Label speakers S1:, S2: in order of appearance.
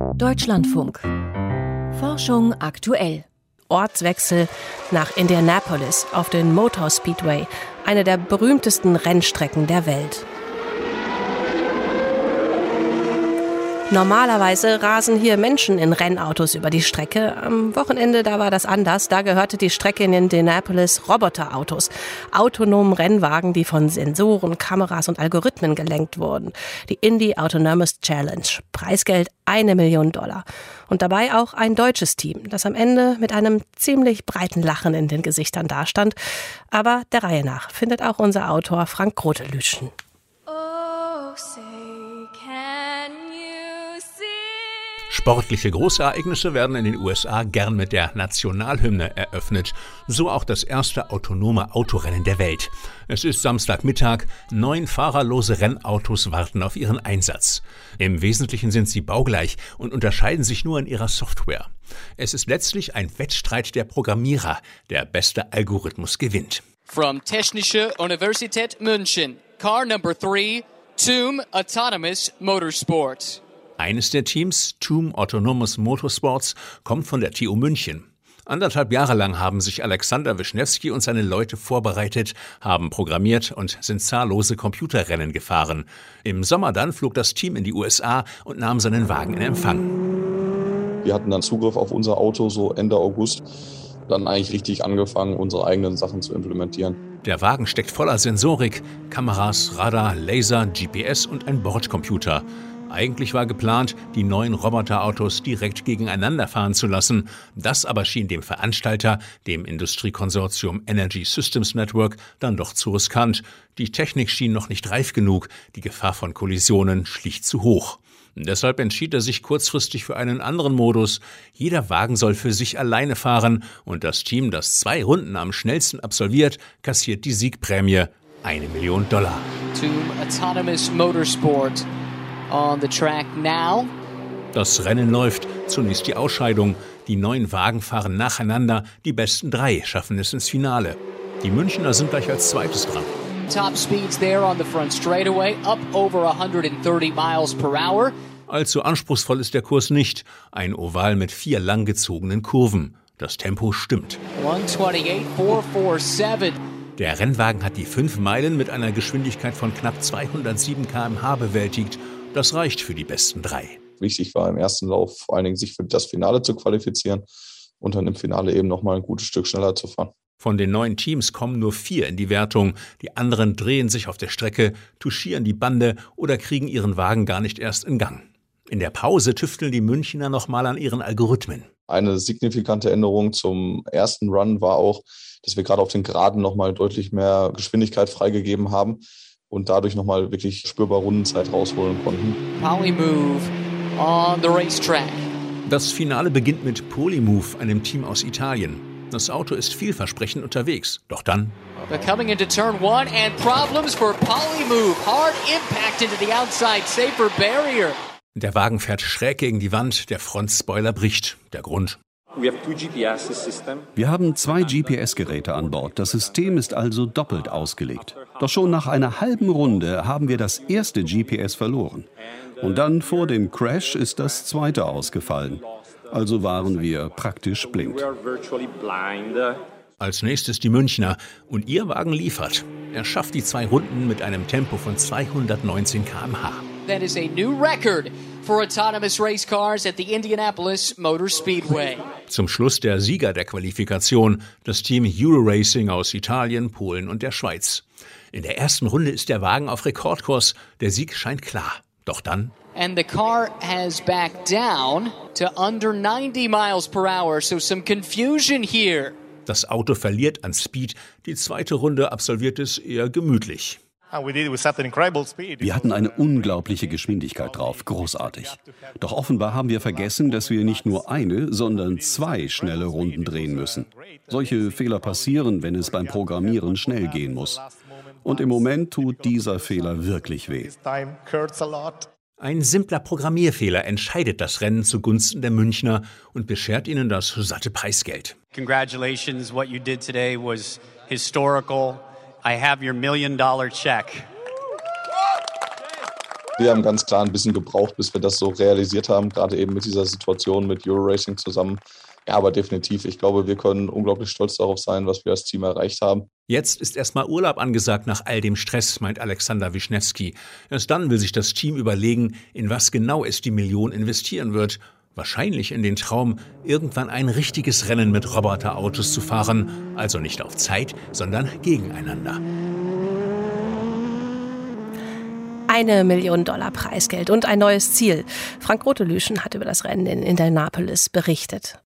S1: Deutschlandfunk. Forschung aktuell. Ortswechsel nach Indianapolis auf den Motor Speedway, eine der berühmtesten Rennstrecken der Welt. Normalerweise rasen hier Menschen in Rennautos über die Strecke. Am Wochenende, da war das anders. Da gehörte die Strecke in Indianapolis Roboterautos, autonomen Rennwagen, die von Sensoren, Kameras und Algorithmen gelenkt wurden. Die Indy Autonomous Challenge. Preisgeld $1 Million. Und dabei auch ein deutsches Team, das am Ende mit einem ziemlich breiten Lachen in den Gesichtern dastand. Aber der Reihe nach findet auch unser Autor Frank Grote Lütschen.
S2: Sportliche Großereignisse werden in den USA gern mit der Nationalhymne eröffnet. So auch das erste autonome Autorennen der Welt. Es ist Samstagmittag, 9 fahrerlose Rennautos warten auf ihren Einsatz. Im Wesentlichen sind sie baugleich und unterscheiden sich nur in ihrer Software. Es ist letztlich ein Wettstreit der Programmierer. Der beste Algorithmus gewinnt.
S3: From Technische Universität München, Car Number 3, TUM Autonomous Motorsport.
S2: Eines der Teams, TUM Autonomous Motorsports, kommt von der TU München. 1,5 Jahre lang haben sich Alexander Wischnewski und seine Leute vorbereitet, haben programmiert und sind zahllose Computerrennen gefahren. Im Sommer dann flog das Team in die USA und nahm seinen Wagen in Empfang.
S4: Wir hatten dann Zugriff auf unser Auto so Ende August, dann eigentlich richtig angefangen, unsere eigenen Sachen zu implementieren.
S2: Der Wagen steckt voller Sensorik, Kameras, Radar, Laser, GPS und ein Bordcomputer. Eigentlich war geplant, die neuen Roboterautos direkt gegeneinander fahren zu lassen. Das aber schien dem Veranstalter, dem Industriekonsortium Energy Systems Network, dann doch zu riskant. Die Technik schien noch nicht reif genug, die Gefahr von Kollisionen schlicht zu hoch. Deshalb entschied er sich kurzfristig für einen anderen Modus. Jeder Wagen soll für sich alleine fahren und das Team, das 2 Runden am schnellsten absolviert, kassiert die Siegprämie $1 Million.
S3: TUM Autonomous Motorsport. On the track now.
S2: Das Rennen läuft. Zunächst die Ausscheidung. Die 9 Wagen fahren nacheinander. Die besten 3 schaffen es ins Finale. Die Münchner sind gleich als zweites dran.
S3: Top speeds there on the front straightaway, up over 130 miles per hour.
S2: Allzu anspruchsvoll ist der Kurs nicht. Ein Oval mit 4 langgezogenen Kurven. Das Tempo stimmt.
S3: 128,447.
S2: Der Rennwagen hat die 5 Meilen mit einer Geschwindigkeit von knapp 207 km/h bewältigt. Das reicht für die besten 3.
S4: Wichtig war im ersten Lauf vor allen Dingen, sich für das Finale zu qualifizieren und dann im Finale eben nochmal ein gutes Stück schneller zu fahren.
S2: Von den 9 Teams kommen nur 4 in die Wertung. Die anderen drehen sich auf der Strecke, touchieren die Bande oder kriegen ihren Wagen gar nicht erst in Gang. In der Pause tüfteln die Münchner nochmal an ihren Algorithmen.
S4: Eine signifikante Änderung zum ersten Run war auch, dass wir gerade auf den Geraden nochmal deutlich mehr Geschwindigkeit freigegeben haben und dadurch nochmal wirklich spürbar Rundenzeit rausholen konnten.
S3: Polymove on the racetrack.
S2: Das Finale beginnt mit Polymove, einem Team aus Italien. Das Auto ist vielversprechend unterwegs. Doch dann...
S3: They're coming into turn 1 and problems for Polymove. Hard impact into the outside safer barrier.
S2: Der Wagen fährt schräg gegen die Wand, der Frontspoiler bricht. Der Grund?
S5: Wir haben 2 GPS-Geräte an Bord. Das System ist also doppelt ausgelegt. Doch schon nach einer halben Runde haben wir das erste GPS verloren. Und dann vor dem Crash ist das zweite ausgefallen. Also waren wir praktisch blind.
S2: Als nächstes die Münchner. Und ihr Wagen liefert. Er schafft die 2 Runden mit einem Tempo von 219 km/h.
S3: That is a new record for autonomous race cars at the Indianapolis Motor Speedway.
S2: Zum Schluss der Sieger der Qualifikation, das Team Euroracing aus Italien, Polen und der Schweiz. In der ersten Runde ist der Wagen auf Rekordkurs. Der Sieg scheint klar. Doch dann...
S3: And the car has backed down to under 90 miles per hour, so some confusion here.
S2: Das Auto verliert an Speed. Die zweite Runde absolviert es eher gemütlich.
S5: Wir hatten eine unglaubliche Geschwindigkeit drauf, großartig. Doch offenbar haben wir vergessen, dass wir nicht nur eine, sondern 2 schnelle Runden drehen müssen. Solche Fehler passieren, wenn es beim Programmieren schnell gehen muss. Und im Moment tut dieser Fehler wirklich weh.
S2: Ein simpler Programmierfehler entscheidet das Rennen zugunsten der Münchner und beschert ihnen das satte Preisgeld.
S6: Congratulations, what you did today was historical. I have your $1 Million check.
S4: Wir haben ganz klar ein bisschen gebraucht, bis wir das so realisiert haben, gerade eben mit dieser Situation mit Euroracing zusammen. Ja, aber definitiv, ich glaube, wir können unglaublich stolz darauf sein, was wir als Team erreicht haben.
S2: Jetzt ist erstmal Urlaub angesagt nach all dem Stress, meint Alexander Wischnewski. Erst dann will sich das Team überlegen, in was genau es die Million investieren wird. Wahrscheinlich in den Traum, irgendwann ein richtiges Rennen mit Roboterautos zu fahren. Also nicht auf Zeit, sondern gegeneinander.
S1: $1 Million Preisgeld und ein neues Ziel. Frank Rotelüschen hat über das Rennen in Indianapolis berichtet.